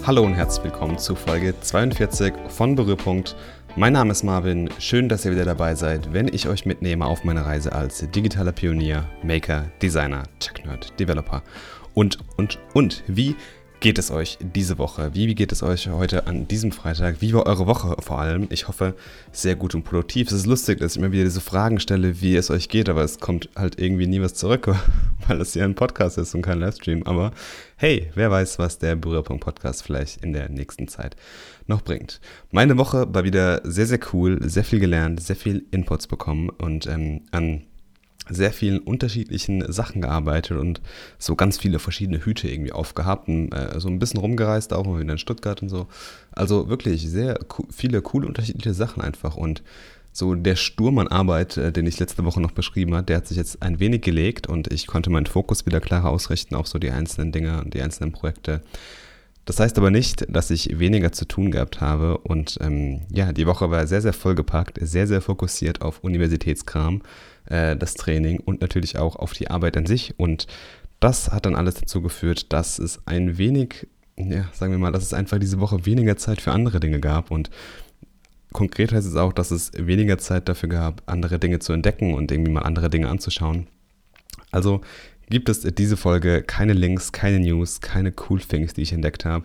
Hallo und herzlich willkommen zu Folge 42 von Berührpunkt. Mein Name ist Marvin, schön, dass ihr wieder dabei seid, wenn ich euch mitnehme auf meine Reise als digitaler Pionier, Maker, Designer, Tech-Nerd, Developer und. Wie geht es euch diese Woche? Wie geht es euch heute an diesem Freitag? Wie war eure Woche vor allem? Ich hoffe, sehr gut und produktiv. Es ist lustig, dass ich immer wieder diese Fragen stelle, wie es euch geht, aber es kommt halt irgendwie nie was zurück, weil es ja ein Podcast ist und kein Livestream. Aber hey, wer weiß, was der Berührpunkt-Podcast vielleicht in der nächsten Zeit noch bringt. Meine Woche war wieder sehr, sehr cool, sehr viel gelernt, sehr viel Inputs bekommen und an sehr vielen unterschiedlichen Sachen gearbeitet und so ganz viele verschiedene Hüte irgendwie aufgehabt und so ein bisschen rumgereist, auch mal wieder in Stuttgart und so. Also wirklich sehr viele coole unterschiedliche Sachen einfach und so der Sturm an Arbeit, den ich letzte Woche noch beschrieben habe, der hat sich jetzt ein wenig gelegt und ich konnte meinen Fokus wieder klarer ausrichten auf so die einzelnen Dinge und die einzelnen Projekte. Das heißt aber nicht, dass ich weniger zu tun gehabt habe und die Woche war sehr, sehr vollgepackt, sehr, sehr fokussiert auf Universitätskram, das Training und natürlich auch auf die Arbeit an sich und das hat dann alles dazu geführt, dass es ein wenig, sagen wir mal, dass es einfach diese Woche weniger Zeit für andere Dinge gab und konkret heißt es auch, dass es weniger Zeit dafür gab, andere Dinge zu entdecken und irgendwie mal andere Dinge anzuschauen. Also gibt es diese Folge keine Links, keine News, keine Cool Things, die ich entdeckt habe.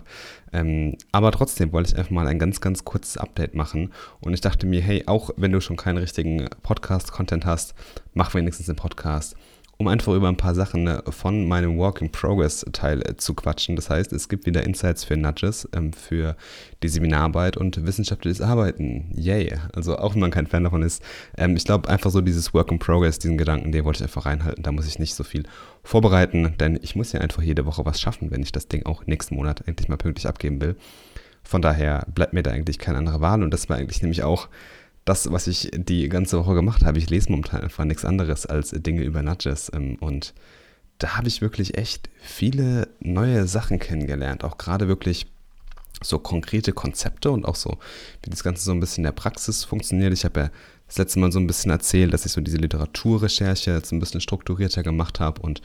Aber trotzdem wollte ich einfach mal ein ganz, ganz kurzes Update machen. Und ich dachte mir, hey, auch wenn du schon keinen richtigen Podcast-Content hast, mach wenigstens einen Podcast, um einfach über ein paar Sachen von meinem Work-in-Progress-Teil zu quatschen. Das heißt, es gibt wieder Insights für Nudges, für die Seminararbeit und wissenschaftliches Arbeiten. Yay! Also auch wenn man kein Fan davon ist. Ich glaube einfach so dieses Work-in-Progress, diesen Gedanken, den wollte ich einfach reinhalten. Da muss ich nicht so viel vorbereiten, denn ich muss ja einfach jede Woche was schaffen, wenn ich das Ding auch nächsten Monat endlich mal pünktlich abgeben will. Von daher bleibt mir da eigentlich keine andere Wahl und das war eigentlich nämlich auch das, was ich die ganze Woche gemacht habe. Ich lese momentan einfach nichts anderes als Dinge über Nudges und da habe ich wirklich echt viele neue Sachen kennengelernt, auch gerade wirklich so konkrete Konzepte und auch so, wie das Ganze so ein bisschen in der Praxis funktioniert. Ich habe ja das letzte Mal so ein bisschen erzählt, dass ich so diese Literaturrecherche jetzt ein bisschen strukturierter gemacht habe und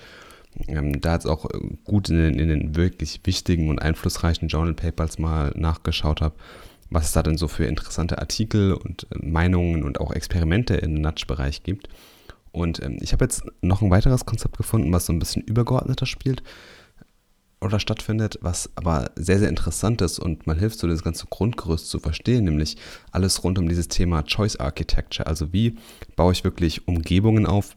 da jetzt auch gut in den wirklich wichtigen und einflussreichen Journal Papers mal nachgeschaut habe, was es da denn so für interessante Artikel und Meinungen und auch Experimente im Nudge-Bereich gibt. Und ich habe jetzt noch ein weiteres Konzept gefunden, was so ein bisschen übergeordneter spielt oder stattfindet, was aber sehr, sehr interessant ist und mal hilft, so das ganze Grundgerüst zu verstehen, nämlich alles rund um dieses Thema Choice Architecture. Also wie baue ich wirklich Umgebungen auf,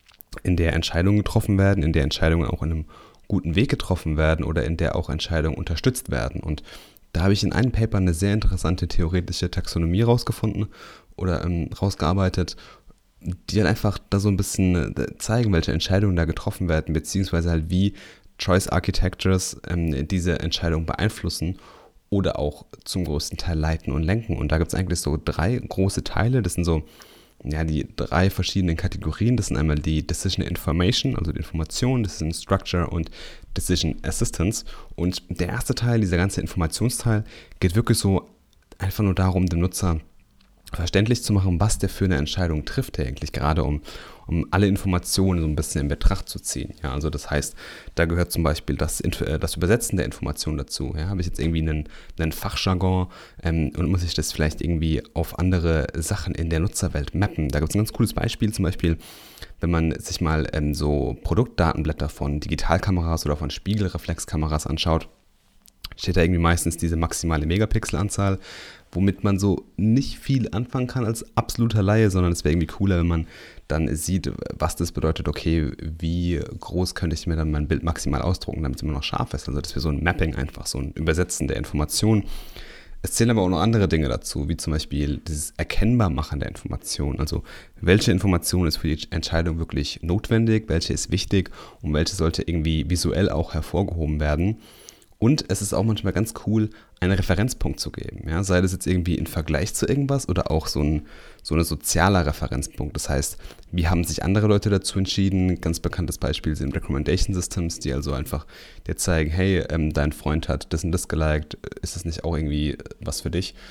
in der Entscheidungen getroffen werden, in der Entscheidungen auch in einem guten Weg getroffen werden oder in der auch Entscheidungen unterstützt werden. Und da habe ich in einem Paper eine sehr interessante theoretische Taxonomie rausgefunden oder rausgearbeitet, die dann einfach da so ein bisschen zeigen, welche Entscheidungen da getroffen werden, beziehungsweise halt wie Choice Architectures diese Entscheidungen beeinflussen oder auch zum größten Teil leiten und lenken. Und da gibt es eigentlich so 3 große Teile, das sind so die 3 verschiedenen Kategorien. Das sind einmal die Decision Information, also die Information, Decision Structure und Decision Assistance. Und der erste Teil, dieser ganze Informationsteil, geht wirklich so einfach nur darum, dem Nutzer verständlich zu machen, was der für eine Entscheidung trifft, eigentlich gerade um alle Informationen so ein bisschen in Betracht zu ziehen. Ja, also das heißt, da gehört zum Beispiel das Übersetzen der Informationen dazu. Ja, habe ich jetzt irgendwie einen Fachjargon und muss ich das vielleicht irgendwie auf andere Sachen in der Nutzerwelt mappen. Da gibt es ein ganz cooles Beispiel, zum Beispiel, wenn man sich mal so Produktdatenblätter von Digitalkameras oder von Spiegelreflexkameras anschaut, steht da irgendwie meistens diese maximale Megapixelanzahl, womit man so nicht viel anfangen kann als absoluter Laie, sondern es wäre irgendwie cooler, wenn man dann sieht, was das bedeutet, okay, wie groß könnte ich mir dann mein Bild maximal ausdrucken, damit es immer noch scharf ist. Also das wäre so ein Mapping einfach, so ein Übersetzen der Informationen. Es zählen aber auch noch andere Dinge dazu, wie zum Beispiel dieses Erkennbarmachen der Information. Also welche Information ist für die Entscheidung wirklich notwendig, welche ist wichtig und welche sollte irgendwie visuell auch hervorgehoben werden. Und es ist auch manchmal ganz cool, einen Referenzpunkt zu geben. Ja? Sei das jetzt irgendwie im Vergleich zu irgendwas oder auch so ein sozialer Referenzpunkt. Das heißt, wie haben sich andere Leute dazu entschieden? Ganz bekanntes Beispiel sind Recommendation Systems, die also einfach dir zeigen, hey, dein Freund hat das und das geliked, ist das nicht auch irgendwie was für dich?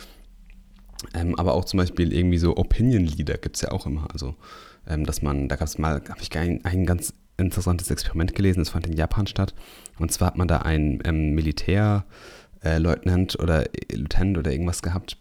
Aber auch zum Beispiel irgendwie so Opinion-Leader gibt es ja auch immer. Also, da habe ich ein ganz interessantes Experiment gelesen, das fand in Japan statt. Und zwar hat man da ein Lieutenant oder irgendwas gehabt,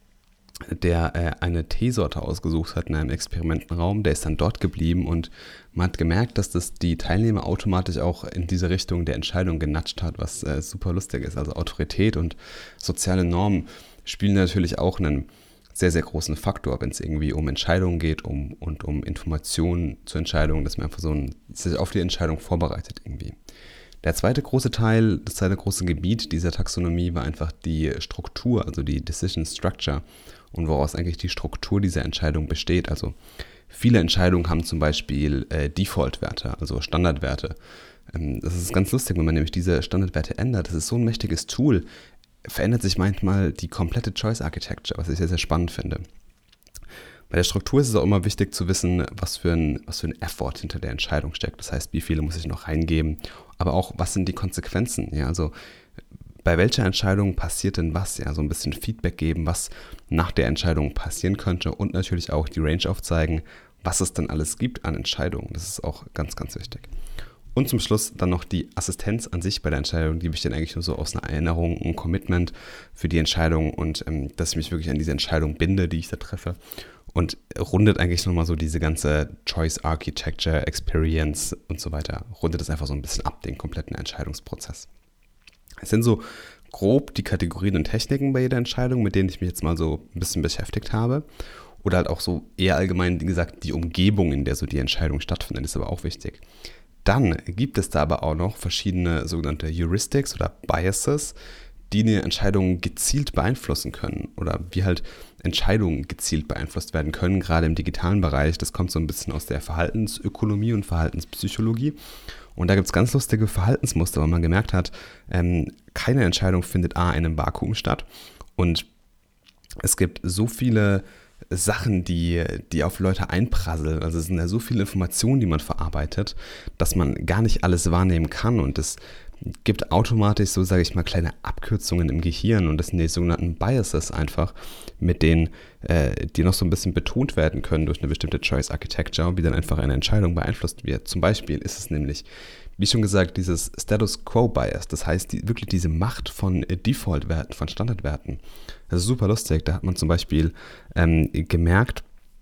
der eine Teesorte ausgesucht hat in einem Experimentenraum. Der ist dann dort geblieben und man hat gemerkt, dass das die Teilnehmer automatisch auch in diese Richtung der Entscheidung genatscht hat, was super lustig ist. Also Autorität und soziale Normen spielen natürlich auch einen sehr, sehr großen Faktor, wenn es irgendwie um Entscheidungen geht und um Informationen zur Entscheidung, dass man einfach sich auf die Entscheidung vorbereitet irgendwie. Der zweite große Teil, das zweite große Gebiet dieser Taxonomie war einfach die Struktur, also die Decision Structure und woraus eigentlich die Struktur dieser Entscheidung besteht. Also viele Entscheidungen haben zum Beispiel Default-Werte, also Standardwerte. Das ist ganz lustig, wenn man nämlich diese Standardwerte ändert. Das ist so ein mächtiges Tool, verändert sich manchmal die komplette Choice Architecture, was ich sehr, sehr spannend finde. Bei der Struktur ist es auch immer wichtig zu wissen, was für ein Effort hinter der Entscheidung steckt. Das heißt, wie viele muss ich noch reingeben, aber auch, was sind die Konsequenzen? Ja, also bei welcher Entscheidung passiert denn was? Ja, so ein bisschen Feedback geben, was nach der Entscheidung passieren könnte und natürlich auch die Range aufzeigen, was es denn alles gibt an Entscheidungen. Das ist auch ganz, ganz wichtig. Und zum Schluss dann noch die Assistenz an sich bei der Entscheidung, die besteht eigentlich nur so aus einer Erinnerung, ein Commitment für die Entscheidung und dass ich mich wirklich an diese Entscheidung binde, die ich da treffe. Und rundet eigentlich nochmal so diese ganze Choice Architecture, Experience und so weiter, rundet das einfach so ein bisschen ab, den kompletten Entscheidungsprozess. Es sind so grob die Kategorien und Techniken bei jeder Entscheidung, mit denen ich mich jetzt mal so ein bisschen beschäftigt habe. Oder halt auch so eher allgemein, wie gesagt, die Umgebung, in der so die Entscheidung stattfindet, ist aber auch wichtig. Dann gibt es da aber auch noch verschiedene sogenannte Heuristics oder Biases, die eine Entscheidung gezielt beeinflussen können oder wie halt Entscheidungen gezielt beeinflusst werden können, gerade im digitalen Bereich. Das kommt so ein bisschen aus der Verhaltensökonomie und Verhaltenspsychologie. Und da gibt es ganz lustige Verhaltensmuster, weil man gemerkt hat, keine Entscheidung findet in einem Vakuum statt. Und es gibt so viele Sachen, die auf Leute einprasseln. Also es sind ja so viele Informationen, die man verarbeitet, dass man gar nicht alles wahrnehmen kann. Und das gibt automatisch so, sage ich mal, kleine Abkürzungen im Gehirn. Und das sind die sogenannten Biases einfach, mit denen, die noch so ein bisschen betont werden können durch eine bestimmte Choice Architecture, wie dann einfach eine Entscheidung beeinflusst wird. Zum Beispiel ist es nämlich, wie schon gesagt, dieses Status Quo Bias. Das heißt, wirklich diese Macht von Default-Werten, von Standardwerten. Das ist super lustig. Da hat man zum Beispiel gemerkt,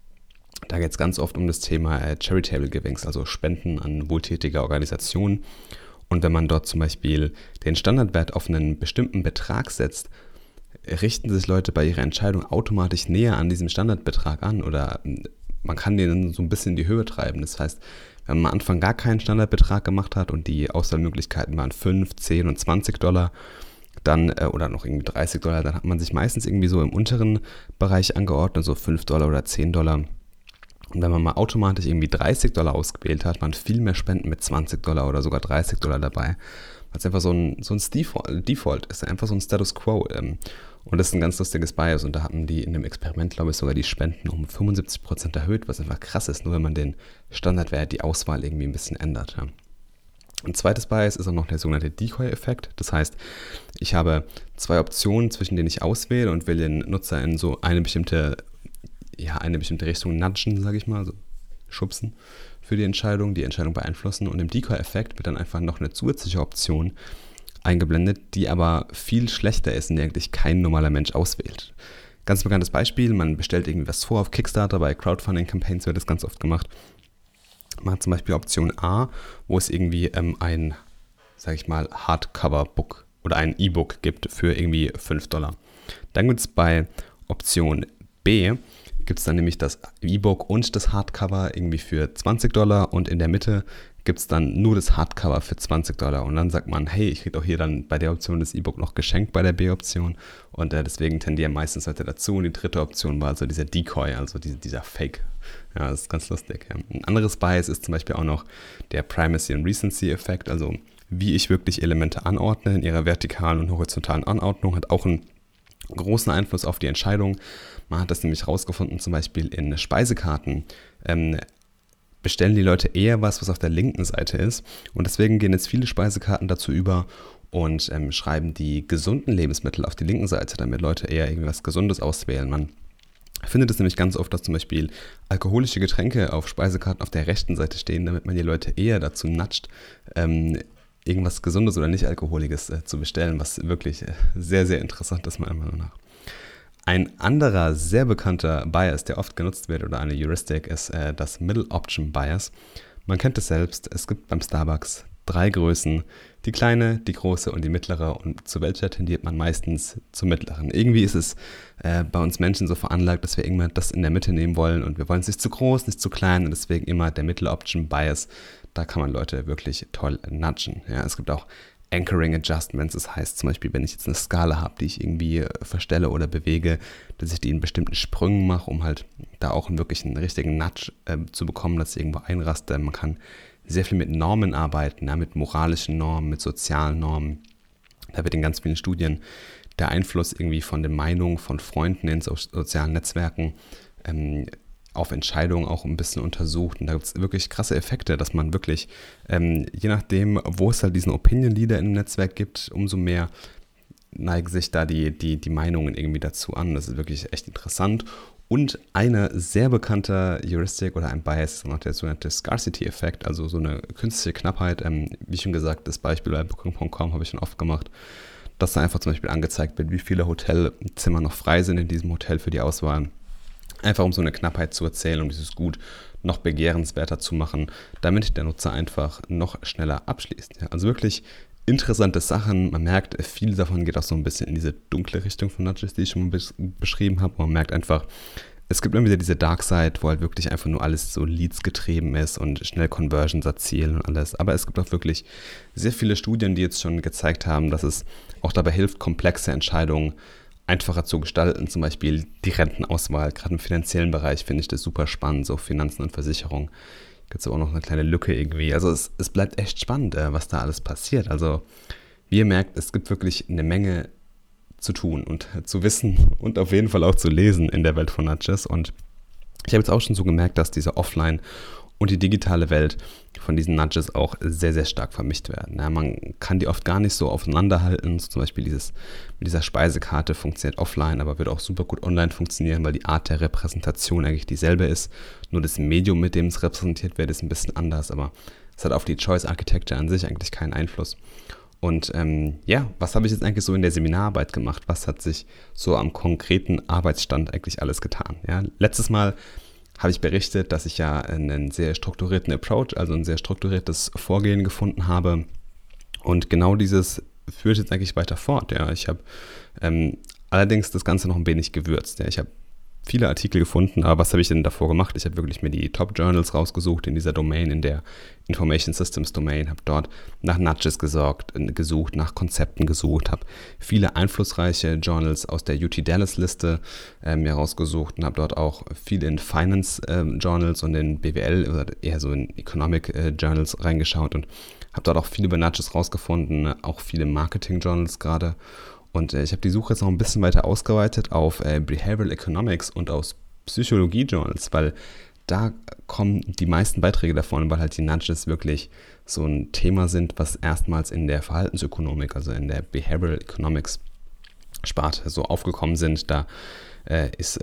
da geht es ganz oft um das Thema Charitable Givings, also Spenden an wohltätige Organisationen. Und wenn man dort zum Beispiel den Standardwert auf einen bestimmten Betrag setzt, richten sich Leute bei ihrer Entscheidung automatisch näher an diesem Standardbetrag an oder man kann den so ein bisschen in die Höhe treiben. Das heißt, wenn man am Anfang gar keinen Standardbetrag gemacht hat und die Auswahlmöglichkeiten waren 5, 10 und $20, dann, oder noch irgendwie $30, dann hat man sich meistens irgendwie so im unteren Bereich angeordnet, so $5 oder $10. Und wenn man mal automatisch irgendwie $30 ausgewählt hat, waren viel mehr Spenden mit $20 oder sogar $30 dabei. Weil es einfach so ein Default ist, einfach so ein Status Quo. Und das ist ein ganz lustiges Bias. Und da hatten die in dem Experiment, glaube ich, sogar die Spenden um 75% erhöht, was einfach krass ist, nur wenn man den Standardwert, die Auswahl irgendwie ein bisschen ändert. Ja. Ein zweites Bias ist auch noch der sogenannte Decoy-Effekt. Das heißt, ich habe zwei Optionen, zwischen denen ich auswähle und will den Nutzer in so eine bestimmte Richtung nudgen, sage ich mal, also schubsen für die Entscheidung beeinflussen. Und im Decoy-Effekt wird dann einfach noch eine zusätzliche Option eingeblendet, die aber viel schlechter ist und die eigentlich kein normaler Mensch auswählt. Ganz bekanntes Beispiel, man bestellt irgendwie was vor auf Kickstarter, bei Crowdfunding-Campaigns wird das ganz oft gemacht. Man hat zum Beispiel Option A, wo es irgendwie ein, sage ich mal, Hardcover-Book oder ein E-Book gibt für irgendwie $5. Dann gibt es bei Option B, gibt es dann nämlich das E-Book und das Hardcover irgendwie für $20 und in der Mitte gibt es dann nur das Hardcover für $20 und dann sagt man, hey, ich kriege auch hier dann bei der Option das E-Book noch geschenkt bei der B-Option und deswegen tendieren meistens Leute dazu und die dritte Option war also dieser Decoy, also dieser Fake. Ja, das ist ganz lustig. Ja. Ein anderes Bias ist zum Beispiel auch noch der Primacy und Recency Effekt, also wie ich wirklich Elemente anordne in ihrer vertikalen und horizontalen Anordnung, hat auch einen großen Einfluss auf die Entscheidung. Man hat das nämlich rausgefunden, zum Beispiel in Speisekarten bestellen die Leute eher was auf der linken Seite ist. Und deswegen gehen jetzt viele Speisekarten dazu über und schreiben die gesunden Lebensmittel auf die linken Seite, damit Leute eher irgendwas Gesundes auswählen. Man findet es nämlich ganz oft, dass zum Beispiel alkoholische Getränke auf Speisekarten auf der rechten Seite stehen, damit man die Leute eher dazu nudgt, irgendwas Gesundes oder Nicht-Alkoholiges zu bestellen, was wirklich sehr, sehr interessant ist, meiner Meinung nach. Ein anderer sehr bekannter Bias, der oft genutzt wird, oder eine Heuristik, ist das Middle Option Bias. Man kennt es selbst, es gibt beim Starbucks 3 Größen, die kleine, die große und die mittlere, und zu welcher tendiert man meistens zur mittleren. Irgendwie ist es bei uns Menschen so veranlagt, dass wir irgendwann das in der Mitte nehmen wollen, und wir wollen es nicht zu groß, nicht zu klein, und deswegen immer der Middle Option Bias. Da kann man Leute wirklich toll nudgen. Ja, es gibt auch Anchoring Adjustments, das heißt zum Beispiel, wenn ich jetzt eine Skala habe, die ich irgendwie verstelle oder bewege, dass ich die in bestimmten Sprüngen mache, um halt da auch wirklich einen richtigen Nudge zu bekommen, dass ich irgendwo einraste. Man kann sehr viel mit Normen arbeiten, ja, mit moralischen Normen, mit sozialen Normen. Da wird in ganz vielen Studien der Einfluss irgendwie von den Meinungen von Freunden in sozialen Netzwerken auf Entscheidungen auch ein bisschen untersucht, und da gibt es wirklich krasse Effekte, dass man wirklich, je nachdem, wo es halt diesen Opinion-Leader im Netzwerk gibt, umso mehr neigen sich da die Meinungen irgendwie dazu an. Das ist wirklich echt interessant. Und eine sehr bekannte Heuristik oder ein Bias ist noch der sogenannte Scarcity-Effekt, also so eine künstliche Knappheit. Wie schon gesagt, das Beispiel bei Booking.com habe ich schon oft gemacht, dass da einfach zum Beispiel angezeigt wird, wie viele Hotelzimmer noch frei sind in diesem Hotel für die Auswahl. Einfach um so eine Knappheit zu erzählen, um dieses Gut noch begehrenswerter zu machen, damit der Nutzer einfach noch schneller abschließt. Ja, also wirklich interessante Sachen. Man merkt, viel davon geht auch so ein bisschen in diese dunkle Richtung von Nudges, die ich schon mal beschrieben habe. Man merkt einfach, es gibt immer wieder diese Dark Side, wo halt wirklich einfach nur alles so Leads getrieben ist und schnell Conversions erzielen und alles. Aber es gibt auch wirklich sehr viele Studien, die jetzt schon gezeigt haben, dass es auch dabei hilft, komplexe Entscheidungen einfacher zu gestalten, zum Beispiel die Rentenauswahl. Gerade im finanziellen Bereich finde ich das super spannend, so Finanzen und Versicherung. Gibt es aber auch noch eine kleine Lücke irgendwie. Also es bleibt echt spannend, was da alles passiert. Also wie ihr merkt, es gibt wirklich eine Menge zu tun und zu wissen und auf jeden Fall auch zu lesen in der Welt von Nudges. Und ich habe jetzt auch schon so gemerkt, dass diese Offline- und die digitale Welt von diesen Nudges auch sehr, sehr stark vermischt werden. Ja, man kann die oft gar nicht so aufeinanderhalten. So zum Beispiel mit dieser Speisekarte funktioniert offline, aber wird auch super gut online funktionieren, weil die Art der Repräsentation eigentlich dieselbe ist. Nur das Medium, mit dem es repräsentiert wird, ist ein bisschen anders, aber es hat auf die Choice Architecture an sich eigentlich keinen Einfluss. Und was habe ich jetzt eigentlich so in der Seminararbeit gemacht? Was hat sich so am konkreten Arbeitsstand eigentlich alles getan? Ja, letztes Mal habe ich berichtet, dass ich ja einen sehr strukturierten Approach, also ein sehr strukturiertes Vorgehen gefunden habe. Und genau dieses führt jetzt eigentlich weiter fort. Ja. Ich habe allerdings das Ganze noch ein wenig gewürzt. Ja. Ich habe viele Artikel gefunden, aber was habe ich denn davor gemacht? Ich habe wirklich mir die Top-Journals rausgesucht in dieser Domain, in der Information Systems Domain, habe dort nach Nudges gesucht, nach Konzepten gesucht, habe viele einflussreiche Journals aus der UT Dallas Liste mir rausgesucht und habe dort auch viel in Finance Journals und in BWL oder eher so in Economic Journals reingeschaut und habe dort auch viele über Nudges rausgefunden, auch viele Marketing Journals gerade. Und ich habe die Suche jetzt noch ein bisschen weiter ausgeweitet auf Behavioral Economics und aus Psychologie-Journals, weil da kommen die meisten Beiträge davon, weil halt die Nudges wirklich so ein Thema sind, was erstmals in der Verhaltensökonomik, also in der Behavioral Economics Sparte so aufgekommen sind. Da ist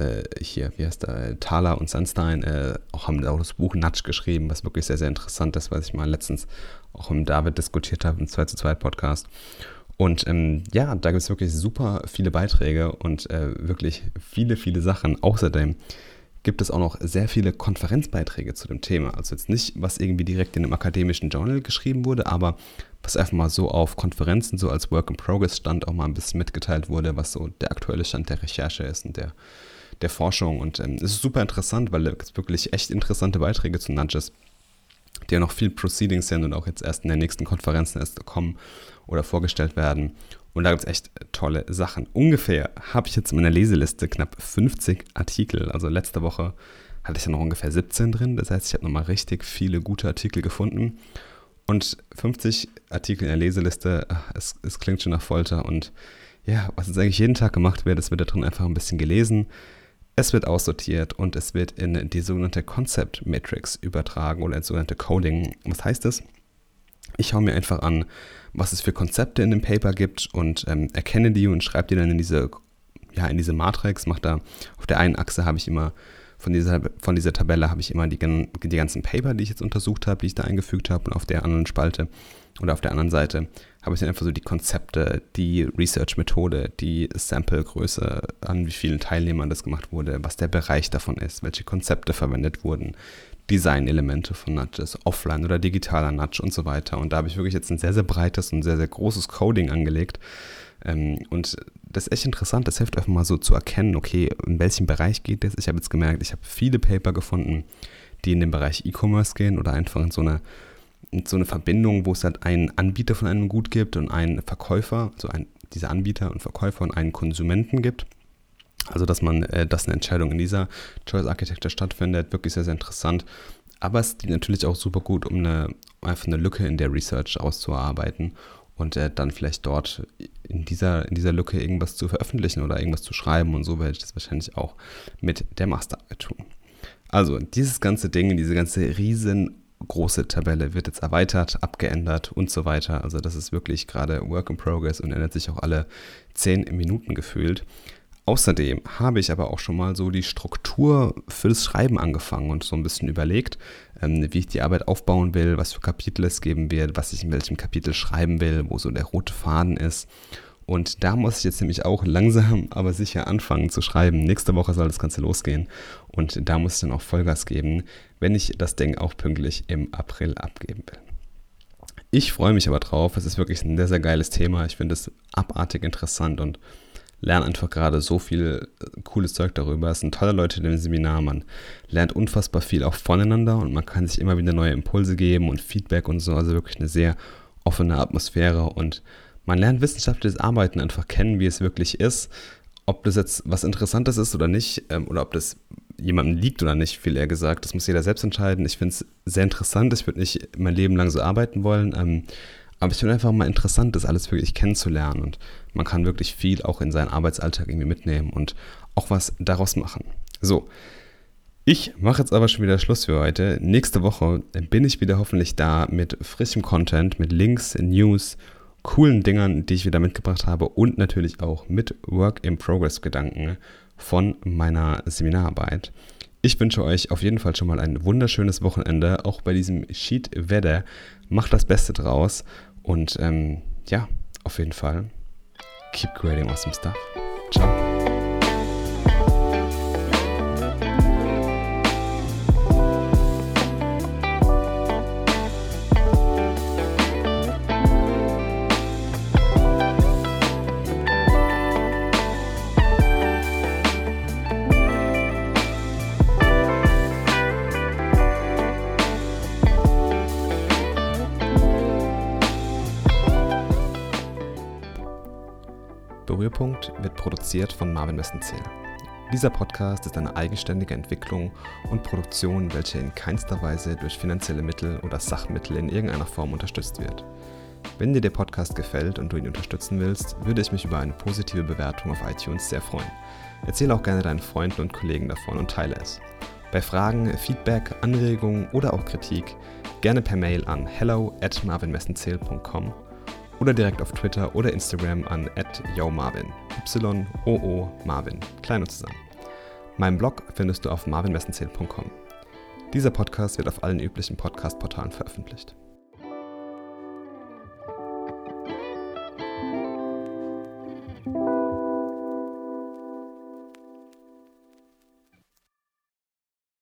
Thaler und Sunstein haben auch das Buch Nudge geschrieben, was wirklich sehr, sehr interessant ist, was ich mal letztens auch mit David diskutiert habe im 2:2 Podcast. Und da gibt es wirklich super viele Beiträge und wirklich viele, viele Sachen. Außerdem gibt es auch noch sehr viele Konferenzbeiträge zu dem Thema. Also jetzt nicht, was irgendwie direkt in einem akademischen Journal geschrieben wurde, aber was einfach mal so auf Konferenzen so als Work in Progress stand, auch mal ein bisschen mitgeteilt wurde, was so der aktuelle Stand der Recherche ist und der Forschung. Und es ist super interessant, weil da gibt es wirklich echt interessante Beiträge zu Nudges, die ja noch viel Proceedings sind und auch jetzt erst in den nächsten Konferenzen erst kommen oder vorgestellt werden. Und da gibt es echt tolle Sachen. Ungefähr habe ich jetzt in meiner Leseliste knapp 50 Artikel. Also letzte Woche hatte ich ja noch ungefähr 17 drin. Das heißt, ich habe nochmal richtig viele gute Artikel gefunden. Und 50 Artikel in der Leseliste, es klingt schon nach Folter. Und ja, was jetzt eigentlich jeden Tag gemacht wird, es wird da drin einfach ein bisschen gelesen. Es wird aussortiert und es wird in die sogenannte Concept Matrix übertragen oder ins sogenannte Coding. Was heißt das? Ich schaue mir einfach an, was es für Konzepte in dem Paper gibt und erkenne die und schreibe die dann in diese Matrix. Auf der einen Achse habe ich immer Von dieser Tabelle habe ich immer die ganzen Paper, die ich jetzt untersucht habe, die ich da eingefügt habe, und auf der anderen Spalte oder auf der anderen Seite habe ich dann einfach so die Konzepte, die Research-Methode, die Sample-Größe, an wie vielen Teilnehmern das gemacht wurde, was der Bereich davon ist, welche Konzepte verwendet wurden, Design-Elemente von Nudges, offline oder digitaler Nudge und so weiter. Und da habe ich wirklich jetzt ein sehr, sehr breites und sehr, sehr großes Coding angelegt. Und das ist echt interessant, das hilft einfach mal so zu erkennen, okay, in welchem Bereich geht es. Ich habe jetzt gemerkt, ich habe viele Paper gefunden, die in den Bereich E-Commerce gehen oder einfach in so eine Verbindung, wo es halt einen Anbieter von einem Gut gibt und einen Verkäufer, dieser Anbieter und Verkäufer und einen Konsumenten gibt. Also, dass eine Entscheidung in dieser Choice Architecture stattfindet, wirklich sehr, sehr interessant. Aber es dient natürlich auch super gut, um einfach eine Lücke in der Research auszuarbeiten und dann vielleicht dort in dieser Lücke irgendwas zu veröffentlichen oder irgendwas zu schreiben. Und so werde ich das wahrscheinlich auch mit der Masterarbeit tun. Also, dieses ganze Ding, diese ganze riesengroße Tabelle wird jetzt erweitert, abgeändert und so weiter. Also, das ist wirklich gerade Work in Progress und ändert sich auch alle 10 Minuten gefühlt. Außerdem habe ich aber auch schon mal so die Struktur für das Schreiben angefangen und so ein bisschen überlegt, wie ich die Arbeit aufbauen will, was für Kapitel es geben wird, was ich in welchem Kapitel schreiben will, wo so der rote Faden ist. Und da muss ich jetzt nämlich auch langsam, aber sicher anfangen zu schreiben. Nächste Woche soll das Ganze losgehen und da muss ich dann auch Vollgas geben, wenn ich das Ding auch pünktlich im April abgeben will. Ich freue mich aber drauf, es ist wirklich ein sehr, sehr geiles Thema. Ich finde es abartig interessant und lerne einfach gerade so viel cooles Zeug darüber. Es sind tolle Leute in dem Seminar, man lernt unfassbar viel auch voneinander und man kann sich immer wieder neue Impulse geben und Feedback und so, also wirklich eine sehr offene Atmosphäre und man lernt wissenschaftliches Arbeiten einfach kennen, wie es wirklich ist, ob das jetzt was Interessantes ist oder nicht oder ob das jemandem liegt oder nicht, viel eher gesagt, das muss jeder selbst entscheiden. Ich finde es sehr interessant, ich würde nicht mein Leben lang so arbeiten wollen, aber ich finde einfach mal interessant, das alles wirklich kennenzulernen und man kann wirklich viel auch in seinen Arbeitsalltag irgendwie mitnehmen und auch was daraus machen. So, ich mache jetzt aber schon wieder Schluss für heute. Nächste Woche bin ich wieder hoffentlich da mit frischem Content, mit Links, News, coolen Dingern, die ich wieder mitgebracht habe und natürlich auch mit Work-in-Progress-Gedanken von meiner Seminararbeit. Ich wünsche euch auf jeden Fall schon mal ein wunderschönes Wochenende, auch bei diesem Shit-Wetter. Macht das Beste draus und ja, auf jeden Fall keep creating awesome stuff. Ciao. Berührpunkt wird produziert von Marvin Messenzähl. Dieser Podcast ist eine eigenständige Entwicklung und Produktion, welche in keinster Weise durch finanzielle Mittel oder Sachmittel in irgendeiner Form unterstützt wird. Wenn dir der Podcast gefällt und du ihn unterstützen willst, würde ich mich über eine positive Bewertung auf iTunes sehr freuen. Erzähle auch gerne deinen Freunden und Kollegen davon und teile es. Bei Fragen, Feedback, Anregungen oder auch Kritik gerne per Mail an hello@marvinmessenzähl.com oder direkt auf Twitter oder Instagram an @yomarvin, YOO Marvin, klein und zusammen. Meinen Blog findest du auf marvinmessenzähl.com. Dieser Podcast wird auf allen üblichen Podcast-Portalen veröffentlicht.